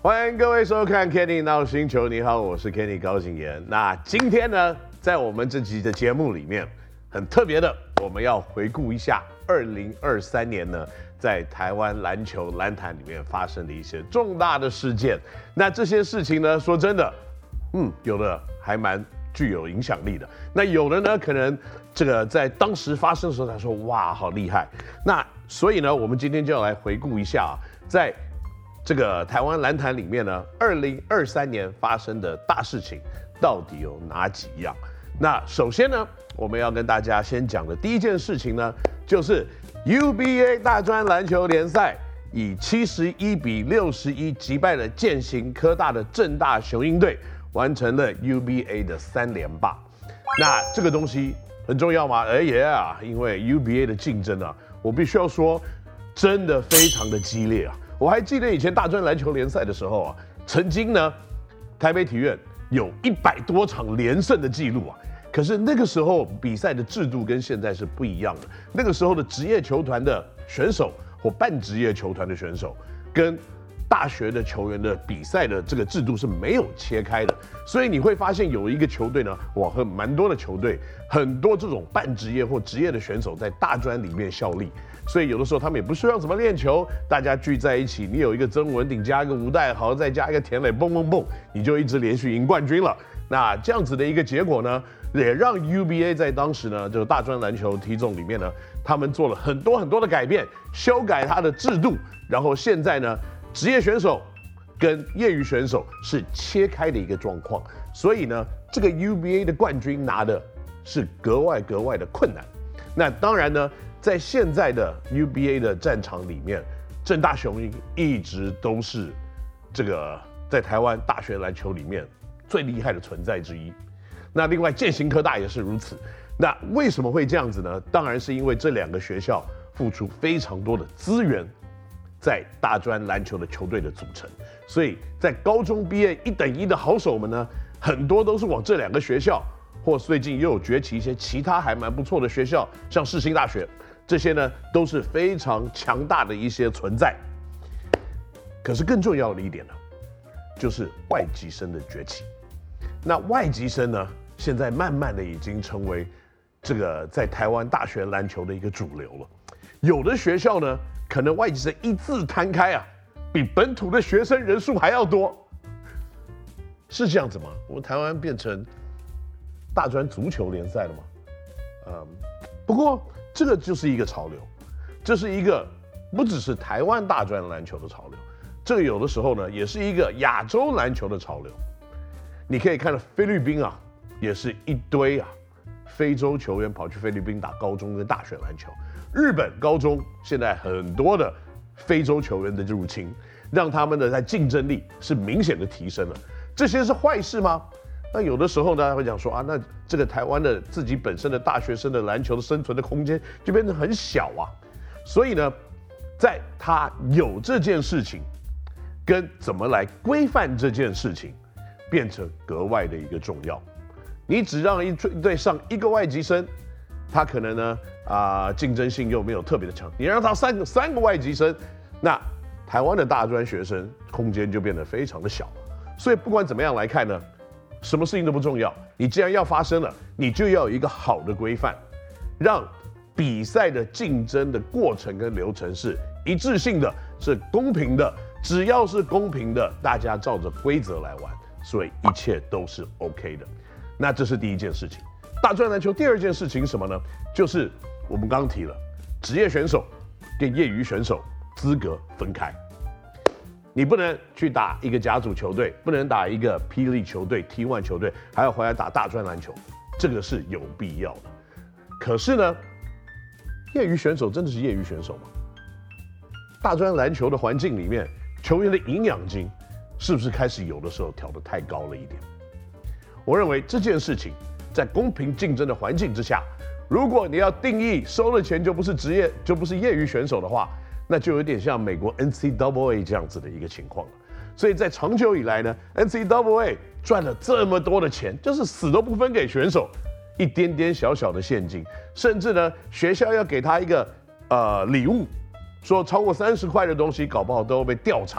欢迎各位收看 Kenny 闹星球。你好，我是 Kenny 高景言。那今天呢，在我们这集的节目里面，很特别的，我们要回顾一下2023年呢，在台湾篮球篮坛里面发生的一些重大的事件。那这些事情呢，说真的，有的还蛮具有影响力的。那有的呢，可能这个在当时发生的时候，他说哇，好厉害。那所以呢，我们今天就要来回顾一下在这个台湾篮坛里面呢，2023年发生的大事情到底有哪几样？那首先呢，我们要跟大家先讲的第一件事情呢，就是 UBA 大专篮球联赛以71-61击败了健行科大的政大雄鹰队，完成了 UBA 的3连霸。那这个东西很重要吗？因为 UBA 的竞争啊，我必须要说，真的非常的激烈啊。我还记得以前大专篮球联赛的时候啊，曾经呢，台北体院有100多场连胜的记录啊。可是那个时候比赛的制度跟现在是不一样的。那个时候的职业球团的选手或半职业球团的选手，跟大学的球员的比赛的这个制度是没有切开的。所以你会发现有一个球队呢，和蛮多的球队，很多这种半职业或职业的选手在大专里面效力。所以有的时候他们也不需要怎么练球，大家聚在一起，你有一个曾文鼎加一个吴岱豪，再加一个田磊，蹦蹦蹦，你就一直连续赢冠军了。那这样子的一个结果呢，也让 UBA 在当时呢，就是大专篮球体总里面呢，他们做了很多的改变，修改它的制度，然后现在呢，职业选手跟业余选手是切开的一个状况，所以呢，这个 UBA 的冠军拿的是格外的困难。那当然呢，在现在的 UBA 的战场里面，政大雄鹰一直都是这个在台湾大学篮球里面最厉害的存在之一。那另外健行科大也是如此。那为什么会这样子呢？当然是因为这2个学校付出非常多的资源在大专篮球的球队的组成，所以在高中毕业1等1的好手们呢，很多都是往这2个学校，或最近又有崛起一些其他还蛮不错的学校，像世新大学，这些呢都是非常强大的一些存在。可是更重要的一点呢，就是外籍生的崛起。那外籍生呢，现在慢慢的已经成为这个在台湾大学篮球的一个主流了。有的学校呢，可能外籍生一字摊开啊，比本土的学生人数还要多，是这样子吗？我们台湾变成大专足球联赛了吗？不过这个就是一个潮流，这是一个不只是台湾大专篮球的潮流，这个有的时候呢，也是一个亚洲篮球的潮流。你可以看到菲律宾啊，也是一堆非洲球员跑去菲律宾打高中跟大学篮球。日本高中现在很多的非洲球员的入侵，让他们的在竞争力是明显的提升了。这些是坏事吗？那有的时候呢，会讲说那这个台湾的自己本身的大学生的篮球的生存的空间就变得很小啊。所以呢，在他有这件事情，跟怎么来规范这件事情，变成格外的一个重要。你只让一队上1个外籍生，他可能呢竞争性又没有特别的强。你让他三个外籍生，那台湾的大专学生空间就变得非常的小。所以不管怎么样来看呢，什么事情都不重要。你既然要发生了，你就要有一个好的规范，让比赛的竞争的过程跟流程是一致性的，是公平的。只要是公平的，大家照着规则来玩，所以一切都是 OK 的。那这是第一件事情。大专篮球第2件事情是什么呢？就是我们刚刚提了，职业选手跟业余选手资格分开。你不能去打一个甲组球队，不能打一个霹雳球队、T1 球队，还要回来打大专篮球，这个是有必要的。可是呢，业余选手真的是业余选手吗？大专篮球的环境里面，球员的营养金是不是开始有的时候调得太高了一点？我认为这件事情在公平竞争的环境之下，如果你要定义收了钱就不是职业，就不是业余选手的话，那就有点像美国 NCAA 这样子的一个情况了。所以在长久以来呢 ，NCAA 赚了这么多的钱，就是死都不分给选手一点点小小的现金，甚至呢，学校要给他一个礼物，说超过30块的东西，搞不好都要被调查，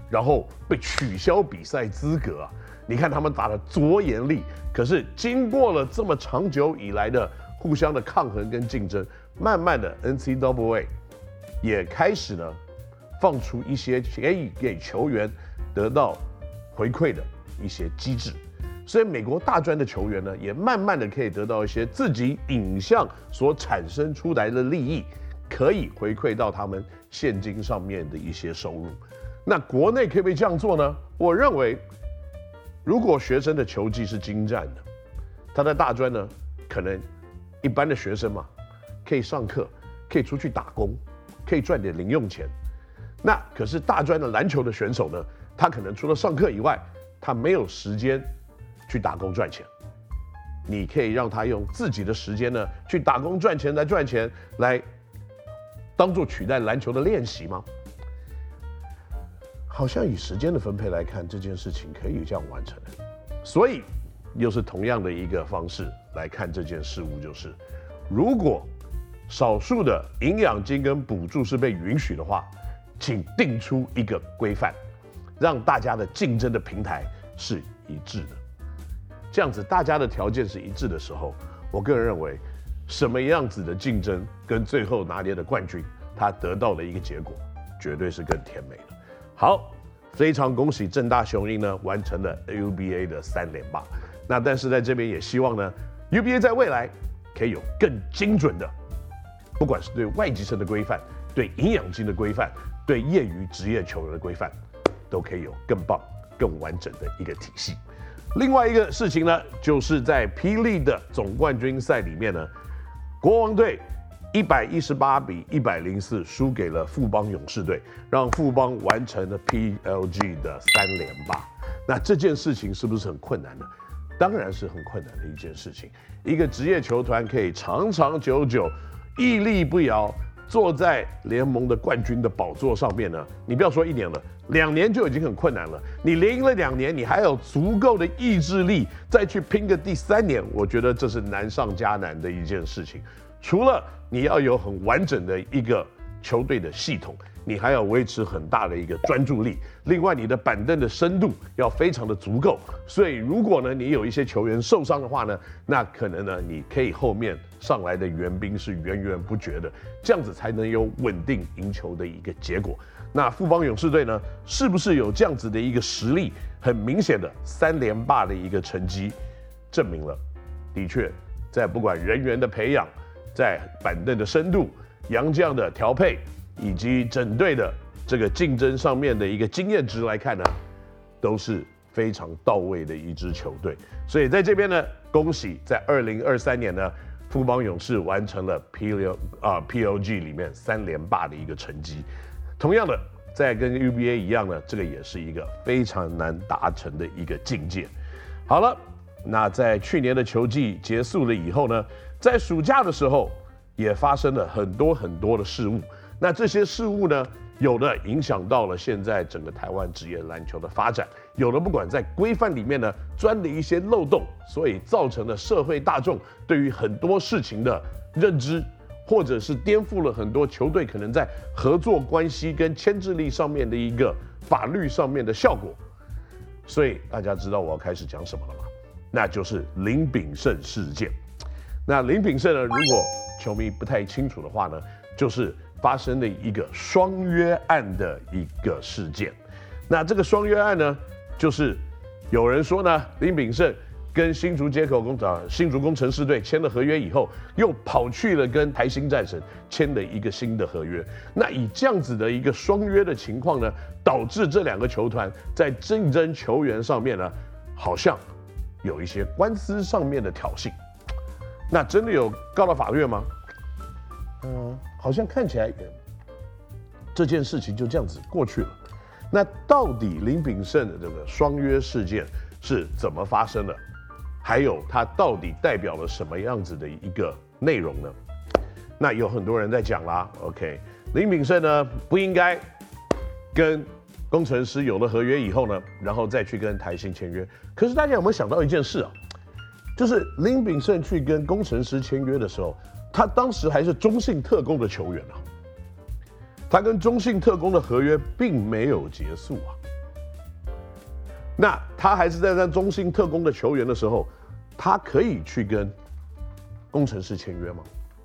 然后被取消比赛资格啊！你看他们打得多严厉，可是经过了这么长久以来的互相的抗衡跟竞争，慢慢的 NCAA 也开始呢放出一些可以给球员得到回馈的一些机制，所以美国大专的球员呢，也慢慢的可以得到一些自己影像所产生出来的利益，可以回馈到他们现金上面的一些收入。那国内可不可以这样做呢？我认为，如果学生的球技是精湛的，他在大专呢，可能一般的学生嘛，可以上课，可以出去打工，可以赚点零用钱。那可是大专的篮球的选手呢，他可能除了上课以外，他没有时间去打工赚钱。你可以让他用自己的时间呢，去打工赚钱来当做取代篮球的练习吗？好像以时间的分配来看，这件事情可以这样完成的。所以又是同样的一个方式来看这件事物，就是如果少数的营养金跟补助是被允许的话，请定出一个规范，让大家的竞争的平台是一致的。这样子大家的条件是一致的时候，我个人认为，什么样子的竞争跟最后拿捏的冠军，他得到的一个结果，绝对是更甜美的。好，非常恭喜政大雄鹰呢完成了 UBA 的3连霸。那但是在这边也希望呢 ，UBA 在未来可以有更精准的，不管是对外籍生的规范，对营养金的规范，对业余职业球员的规范，都可以有更棒、更完整的一个体系。另外一个事情呢，就是在霹雳的总冠军赛里面呢，国王队118比104输给了富邦勇士队，让富邦完成了 PLG 的3连霸。那这件事情是不是很困难呢？当然是很困难的一件事情。一个职业球团可以长长久久屹立不摇，坐在联盟的冠军的宝座上面呢，你不要说1年了，2年就已经很困难了。你连赢了2年，你还有足够的意志力再去拼个第3年，我觉得这是难上加难的一件事情。除了你要有很完整的一个球队的系统，你还要维持很大的一个专注力。另外，你的板凳的深度要非常的足够。所以，如果呢你有一些球员受伤的话呢，那可能呢你可以后面上来的援兵是源源不绝的，这样子才能有稳定赢球的一个结果。那富邦勇士队呢，是不是有这样子的一个实力？很明显的3连霸的一个成绩，证明了，的确在不管人员的培养，在板凳的深度、洋将的调配，以及整队的这个竞争上面的一个经验值来看呢，都是非常到位的一支球队。所以在这边呢，恭喜在2023年呢，富邦勇士完成了 PLG 里面3连霸的一个成绩。同样的，在跟 UBA 一样呢，这个也是一个非常难达成的一个境界。好了，那在去年的球季结束了以后呢，在暑假的时候也发生了很多的事物。那这些事物呢，有的影响到了现在整个台湾职业篮球的发展，有的不管在规范里面呢钻了一些漏洞，所以造成了社会大众对于很多事情的认知，或者是颠覆了很多球队可能在合作关系跟牵制力上面的一个法律上面的效果。所以大家知道我要开始讲什么了吗？那就是林秉胜事件。那林秉胜呢，如果球迷不太清楚的话呢，就是发生了一个双约案的一个事件。那这个双约案呢，就是有人说呢，林秉胜跟新竹工程师队签了合约以后，又跑去了跟台新战神签了一个新的合约。那以这样子的一个双约的情况呢，导致这2个球团在竞争球员上面呢，好像有一些官司上面的挑衅。那真的有告到法院吗？好像看起来这件事情就这样子过去了。那到底林秉胜的这个双约事件是怎么发生的？还有它到底代表了什么样子的一个内容呢？那有很多人在讲啦 ，OK， 林秉胜呢不应该跟工程师有了合约以后呢，然后再去跟台新签约。可是大家有没有想到一件事啊？就是林秉胜去跟工程师签约的时候，他当时还是中信特攻的球员啊，他跟中信特攻的合约并没有结束啊。 那他还是在当中信特攻的球员的时候，他可以去跟工程师签约吗？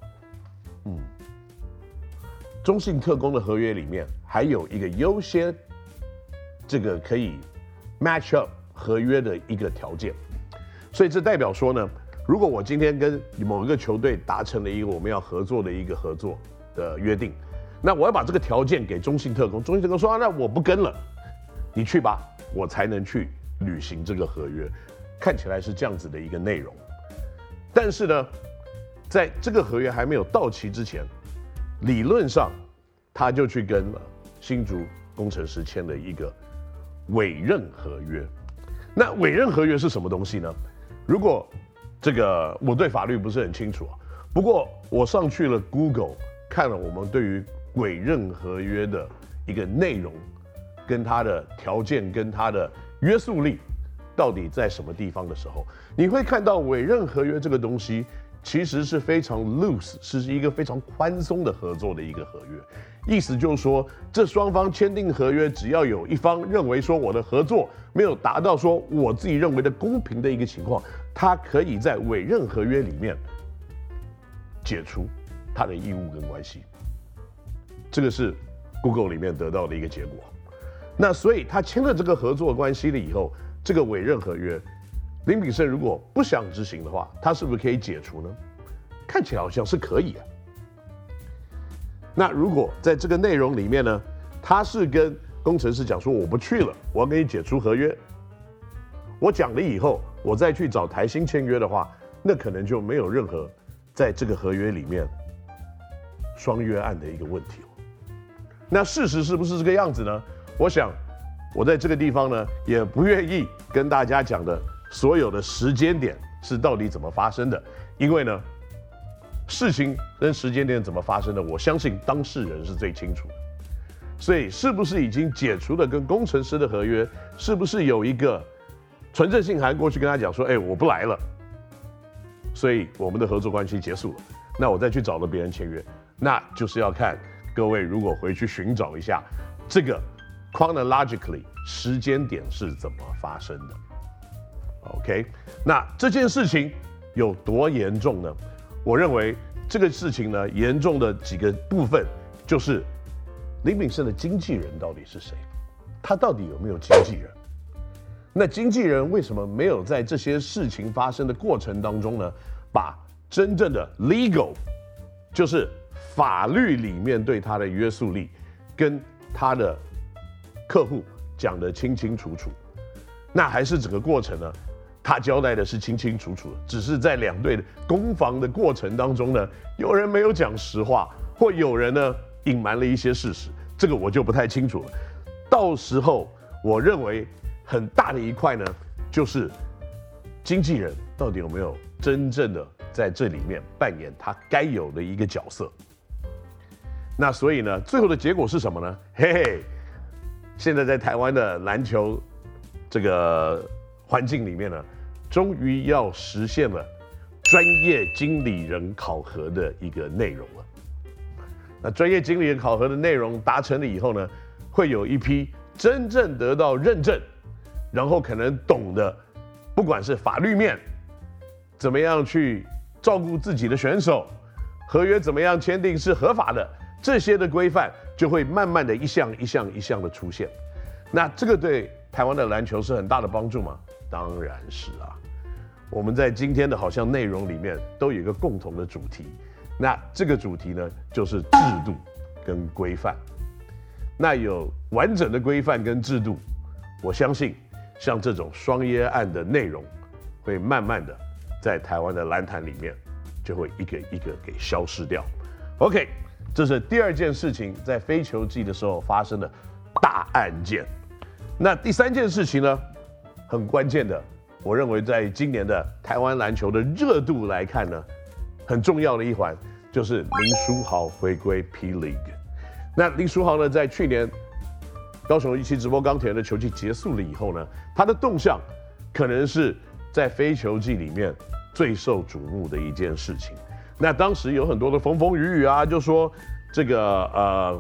中信特攻的合约里面还有一个优先，这个可以 match up 合约的一个条件，所以这代表说呢，如果我今天跟某一个球队达成了一个我们要合作的一个合作的约定，那我要把这个条件给中信特攻，中信特攻说那我不跟了，你去吧，我才能去履行这个合约，看起来是这样子的一个内容。但是呢，在这个合约还没有到期之前，理论上他就去跟新竹工程师签了一个委任合约。那委任合约是什么东西呢？如果这个我对法律不是很清楚啊，不过我上去了 Google 看了我们对于委任合约的一个内容，跟它的条件跟它的约束力到底在什么地方的时候，你会看到委任合约这个东西其实是非常 loose， 是一个非常宽松的合作的一个合约。意思就是说，这双方签订合约，只要有一方认为说我的合作没有达到说我自己认为的公平的一个情况，他可以在委任合约里面解除他的义务跟关系。这个是 Google 里面得到的一个结果。那所以他签了这个合作关系了以后，这个委任合约，林秉胜如果不想执行的话，他是不是可以解除呢？看起来好像是可以啊。那如果在这个内容里面呢，他是跟工程师讲说我不去了，我要跟你解除合约，我讲了以后，我再去找台新签约的话，那可能就没有任何在这个合约里面双约案的一个问题了。那事实是不是这个样子呢？我想我在这个地方呢，也不愿意跟大家讲的所有的时间点是到底怎么发生的，因为呢，事情跟时间点怎么发生的，我相信当事人是最清楚的。所以是不是已经解除了跟工程师的合约？是不是有一个传真信函过去跟他讲说，我不来了，所以我们的合作关系结束了，那我再去找了别人签约，那就是要看各位如果回去寻找一下这个 chronologically 时间点是怎么发生的。OK， 那这件事情有多严重呢？我认为这个事情呢，严重的几个部分就是林秉胜的经纪人到底是谁？他到底有没有经纪人？那经纪人为什么没有在这些事情发生的过程当中呢，把真正的 legal， 就是法律里面对他的约束力，跟他的客户讲得清清楚楚？那还是整个过程呢，他交代的是清清楚楚的，只是在两队的攻防的过程当中呢，有人没有讲实话，或有人呢隐瞒了一些事实，这个我就不太清楚了。到时候我认为很大的一块呢，就是经纪人到底有没有真正的在这里面扮演他该有的一个角色。那所以呢，最后的结果是什么呢？嘿嘿，现在在台湾的篮球这个环境里面呢，终于要实现了专业经理人考核的一个内容了。那专业经理人考核的内容达成了以后呢，会有一批真正得到认证，然后可能懂得，不管是法律面，怎么样去照顾自己的选手，合约怎么样签订是合法的，这些的规范就会慢慢的一项一项一项的出现。那这个对台湾的篮球是很大的帮助吗？当然是啊。我们在今天的好像内容里面都有一个共同的主题，那这个主题呢，就是制度跟规范。那有完整的规范跟制度，我相信像这种双约案的内容，会慢慢的在台湾的篮坛里面就会一个一个给消失掉。OK， 这是第二件事情，在非球季的时候发生的大案件。那第三件事情呢，很关键的，我认为在今年的台湾篮球的热度来看呢，很重要的一环就是林书豪回归 P League。那林书豪呢，在去年高雄一期直播钢铁人的球季结束了以后呢，他的动向可能是在非球季里面最受瞩目的一件事情。那当时有很多的风风雨雨啊，就说这个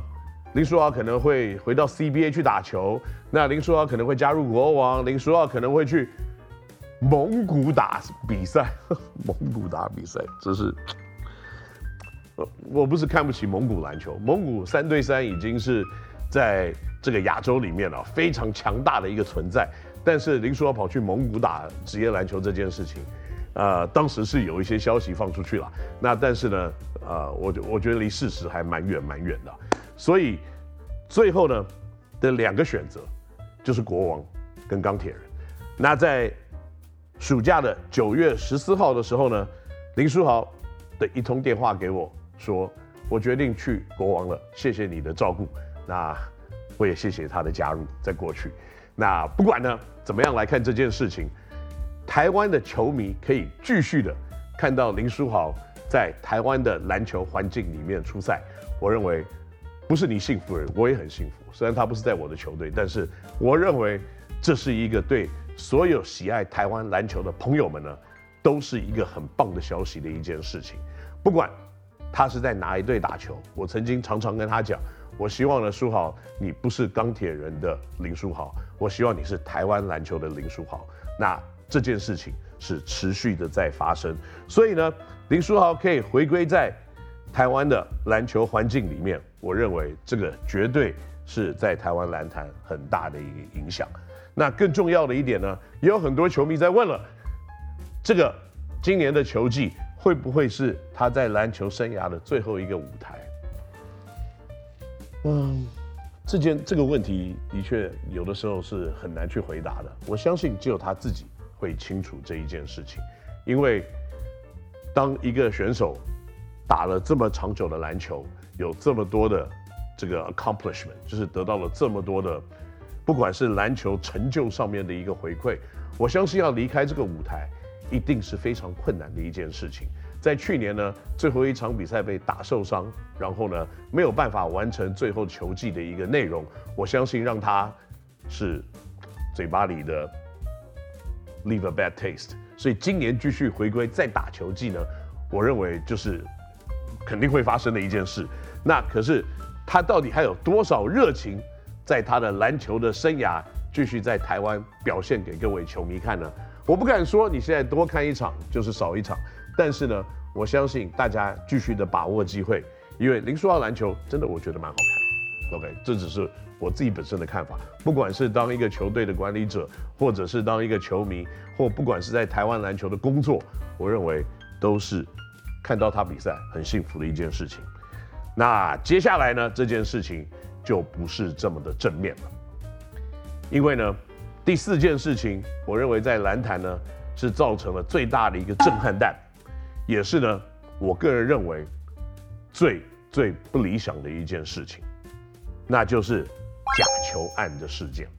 林书豪可能会回到 CBA 去打球，那林书豪可能会加入国王，林书豪可能会去蒙古打比赛，蒙古打比赛，这是。我不是看不起蒙古篮球，蒙古3对3已经是在这个亚洲里面了非常强大的一个存在。但是林书豪跑去蒙古打职业篮球这件事情，当时是有一些消息放出去了。那但是呢，我觉得离事实还蛮远的。所以最后呢的2个选择就是国王跟钢铁人。那在暑假的9月14号的时候呢，林书豪的一通电话给我。说，我决定去国王了，谢谢你的照顾。那我也谢谢他的加入，在过去。那不管呢怎么样来看这件事情，台湾的球迷可以继续的看到林书豪在台湾的篮球环境里面出赛。我认为不是你幸福而已，我也很幸福。虽然他不是在我的球队，但是我认为这是一个对所有喜爱台湾篮球的朋友们呢，都是一个很棒的消息的一件事情。不管他是在哪一队打球，我曾经常常跟他讲，我希望呢，书豪，你不是钢铁人的林书豪，我希望你是台湾篮球的林书豪。那这件事情是持续的在发生，所以呢，林书豪可以回归在台湾的篮球环境里面，我认为这个绝对是在台湾篮坛很大的一个影响。那更重要的一点呢，也有很多球迷在问了，这个今年的球季会不会是他在篮球生涯的最后一个舞台？这个问题的确有的时候是很难去回答的。我相信只有他自己会清楚这一件事情，因为当一个选手打了这么长久的篮球，有这么多的这个 accomplishment， 就是得到了这么多的，不管是篮球成就上面的一个回馈，我相信要离开这个舞台，一定是非常困难的一件事情。在去年呢，最后一场比赛被打受伤，然后呢没有办法完成最后球季的一个内容，我相信让他是嘴巴里的 leave a bad taste。所以今年继续回归再打球季呢，我认为就是肯定会发生的一件事。那可是他到底还有多少热情，在他的篮球的生涯继续在台湾表现给各位球迷看呢？我不敢说你现在多看一场就是少一场，但是呢，我相信大家继续的把握机会，因为林书豪篮球真的我觉得蛮好看。OK， 这只是我自己本身的看法。不管是当一个球队的管理者，或者是当一个球迷，或不管是在台湾篮球的工作，我认为都是看到他比赛很幸福的一件事情。那接下来呢，这件事情就不是这么的正面了，因为呢，第4件事情，我认为在篮坛呢是造成了最大的一个震撼弹，也是呢我个人认为最不理想的一件事情，那就是假球案的事件。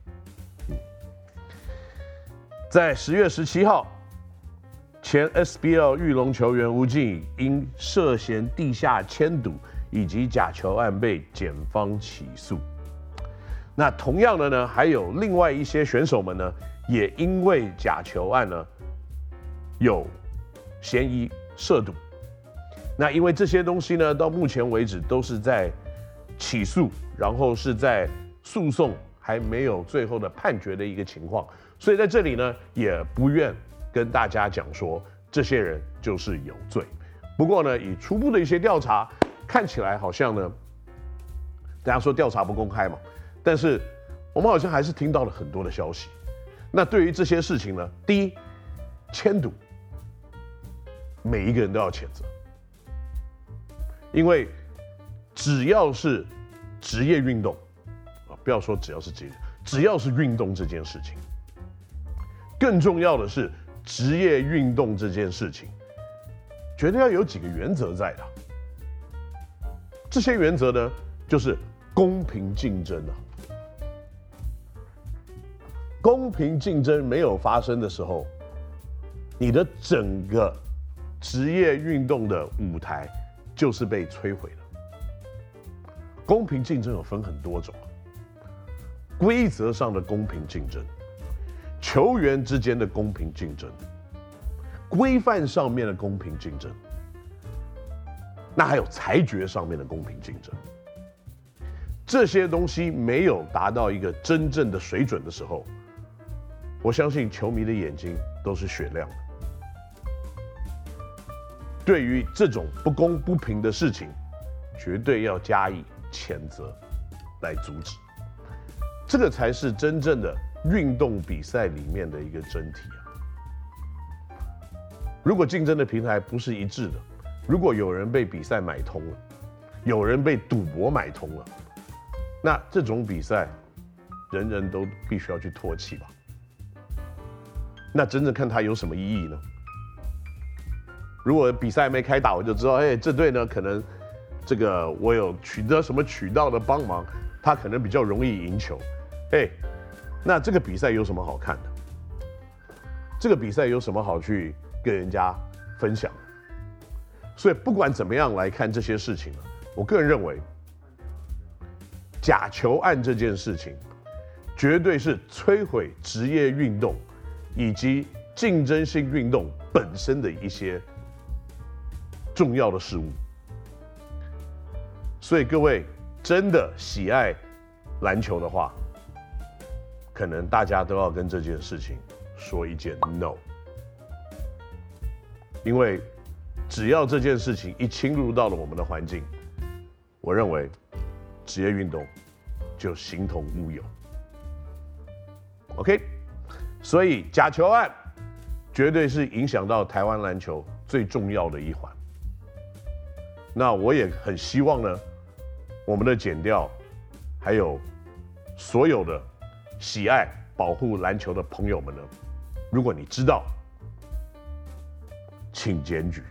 在10月17号，前 SBL 裕隆球员吴敬颖因涉嫌地下签赌以及假球案被检方起诉。那同样的呢，还有另外一些选手们呢，也因为假球案呢有嫌疑涉赌。那因为这些东西呢，到目前为止都是在起诉，然后是在诉讼还没有最后的判决的一个情况，所以在这里呢，也不愿跟大家讲说这些人就是有罪。不过呢，以初步的一些调查，看起来好像呢，大家说调查不公开嘛，但是我们好像还是听到了很多的消息。那对于这些事情呢，第一，签赌，每一个人都要谴责，因为只要是职业运动啊，不要说只要是职业，只要是运动这件事情，更重要的是职业运动这件事情，绝对要有几个原则在的。这些原则呢，就是公平竞争啊。公平竞争没有发生的时候，你的整个职业运动的舞台就是被摧毁的。公平竞争有分很多种，规则上的公平竞争，球员之间的公平竞争，规范上面的公平竞争，那还有裁决上面的公平竞争。 这些东西没有达到一个真正的水准的时候，我相信球迷的眼睛都是雪亮的。对于这种不公不平的事情，绝对要加以谴责，来阻止。这个才是真正的运动比赛里面的一个真谛啊！如果竞争的平台不是一致的，如果有人被比赛买通了，有人被赌博买通了，那这种比赛，人人都必须要去唾弃吧？那真正看它有什么意义呢？如果比赛没开打，我就知道，这队呢可能这个我有取得什么渠道的帮忙，他可能比较容易赢球，那这个比赛有什么好看的？这个比赛有什么好去跟人家分享的？所以不管怎么样来看这些事情呢，我个人认为，假球案这件事情，绝对是摧毁职业运动以及竞争性运动本身的一些重要的事物。所以各位真的喜爱篮球的话，可能大家都要跟这件事情说一件 no， 因为只要这件事情一侵入到了我们的环境，我认为职业运动就形同乌有。OK， 所以假球案绝对是影响到台湾篮球最重要的一环。那我也很希望呢，我们的检调还有所有的喜爱保护篮球的朋友们呢，如果你知道，请检举，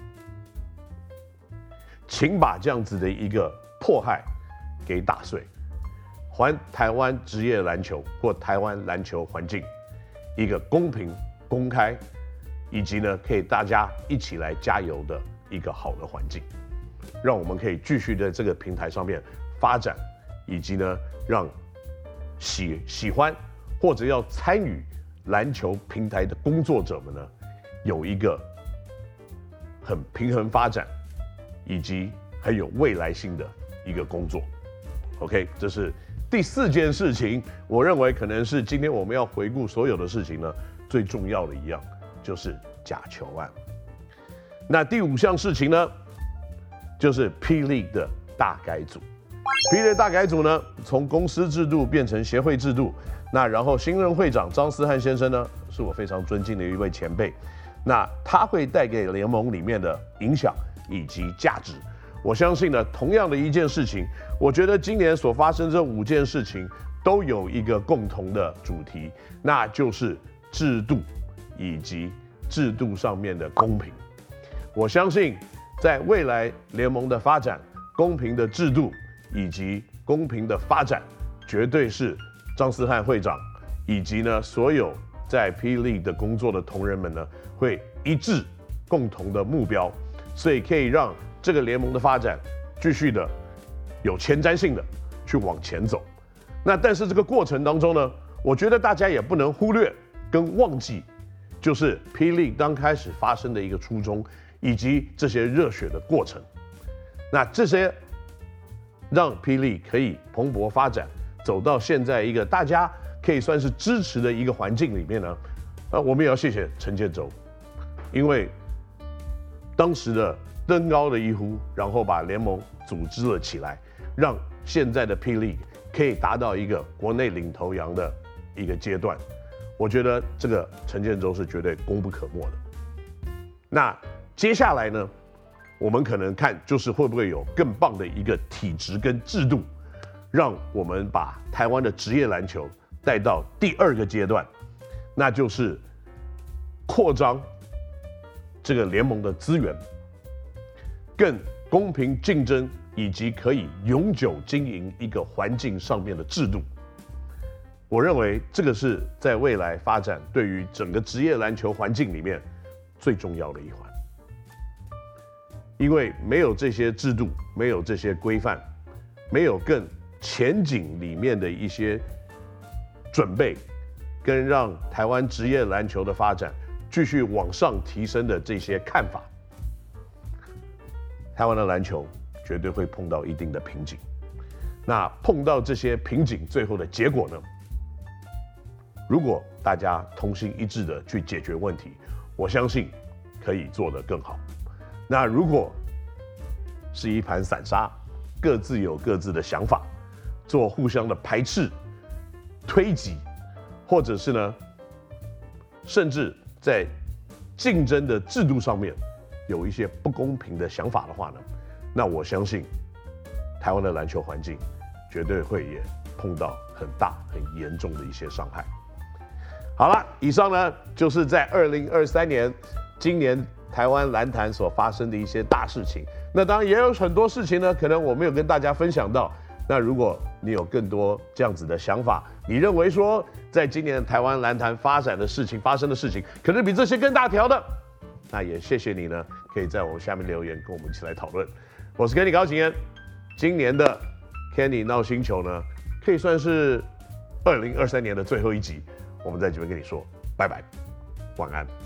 请把这样子的一个迫害给打碎，还台湾职业篮球或台湾篮球环境一个公平、公开，以及呢可以大家一起来加油的一个好的环境，让我们可以继续在这个平台上面发展，以及呢让喜欢或者要参与篮球平台的工作者们呢，有一个很平衡发展，以及很有未来性的一个工作。OK， 这是第4件事情，我认为可能是今天我们要回顾所有的事情呢最重要的一样，就是假球案。那第5项事情呢，就是霹雳的大改组。霹雳的大改组呢，从公司制度变成协会制度。那然后新任会长张思翰先生呢，是我非常尊敬的一位前辈。那他会带给联盟里面的影响以及价值。我相信呢，同样的一件事情，我觉得今年所发生这5件事情都有一个共同的主题，那就是制度以及制度上面的公平。我相信在未来联盟的发展，公平的制度以及公平的发展，绝对是张思翰会长以及呢所有在霹雳的工作的同仁们呢，会一致共同的目标，所以可以让这个联盟的发展继续的有前瞻性的去往前走。那但是这个过程当中呢，我觉得大家也不能忽略跟忘记，就是霹雳刚开始发生的一个初衷，以及这些热血的过程。那这些让霹雳可以蓬勃发展，走到现在一个大家可以算是支持的一个环境里面呢，我们也要谢谢陈建州，因为当时的登高的一呼，然后把联盟组织了起来，让现在的霹雳可以达到一个国内领头羊的一个阶段。我觉得这个陈建州是绝对功不可没的。那接下来呢，我们可能看就是会不会有更棒的一个体制跟制度，让我们把台湾的职业篮球带到第2个阶段，那就是扩张这个联盟的资源，更公平竞争，以及可以永久经营一个环境上面的制度。我认为这个是在未来发展对于整个职业篮球环境里面最重要的一环，因为没有这些制度，没有这些规范，没有更前景里面的一些准备，跟让台湾职业篮球的发展继续往上提升的这些看法，台湾的篮球绝对会碰到一定的瓶颈。 那碰到这些瓶颈，最后的结果呢？如果大家同心一致的去解决问题，我相信可以做得更好。那如果是一盘散沙，各自有各自的想法，做互相的排斥、推挤，或者是呢，甚至在竞争的制度上面有一些不公平的想法的话呢，那我相信台湾的篮球环境绝对会也碰到很大很严重的一些伤害。好了，以上呢就是在2023年今年台湾篮坛所发生的一些大事情。那当然也有很多事情呢，可能我没有跟大家分享到。那如果你有更多这样子的想法，你认为说在今年台湾篮坛发生的事情，可能比这些更大条的，那也谢谢你呢，可以在我们下面留言，跟我们一起来讨论。我是 Kenny 高景炎，今年的 Kenny 闹星球呢，可以算是2023年的最后一集，我们在这边跟你说拜拜，晚安。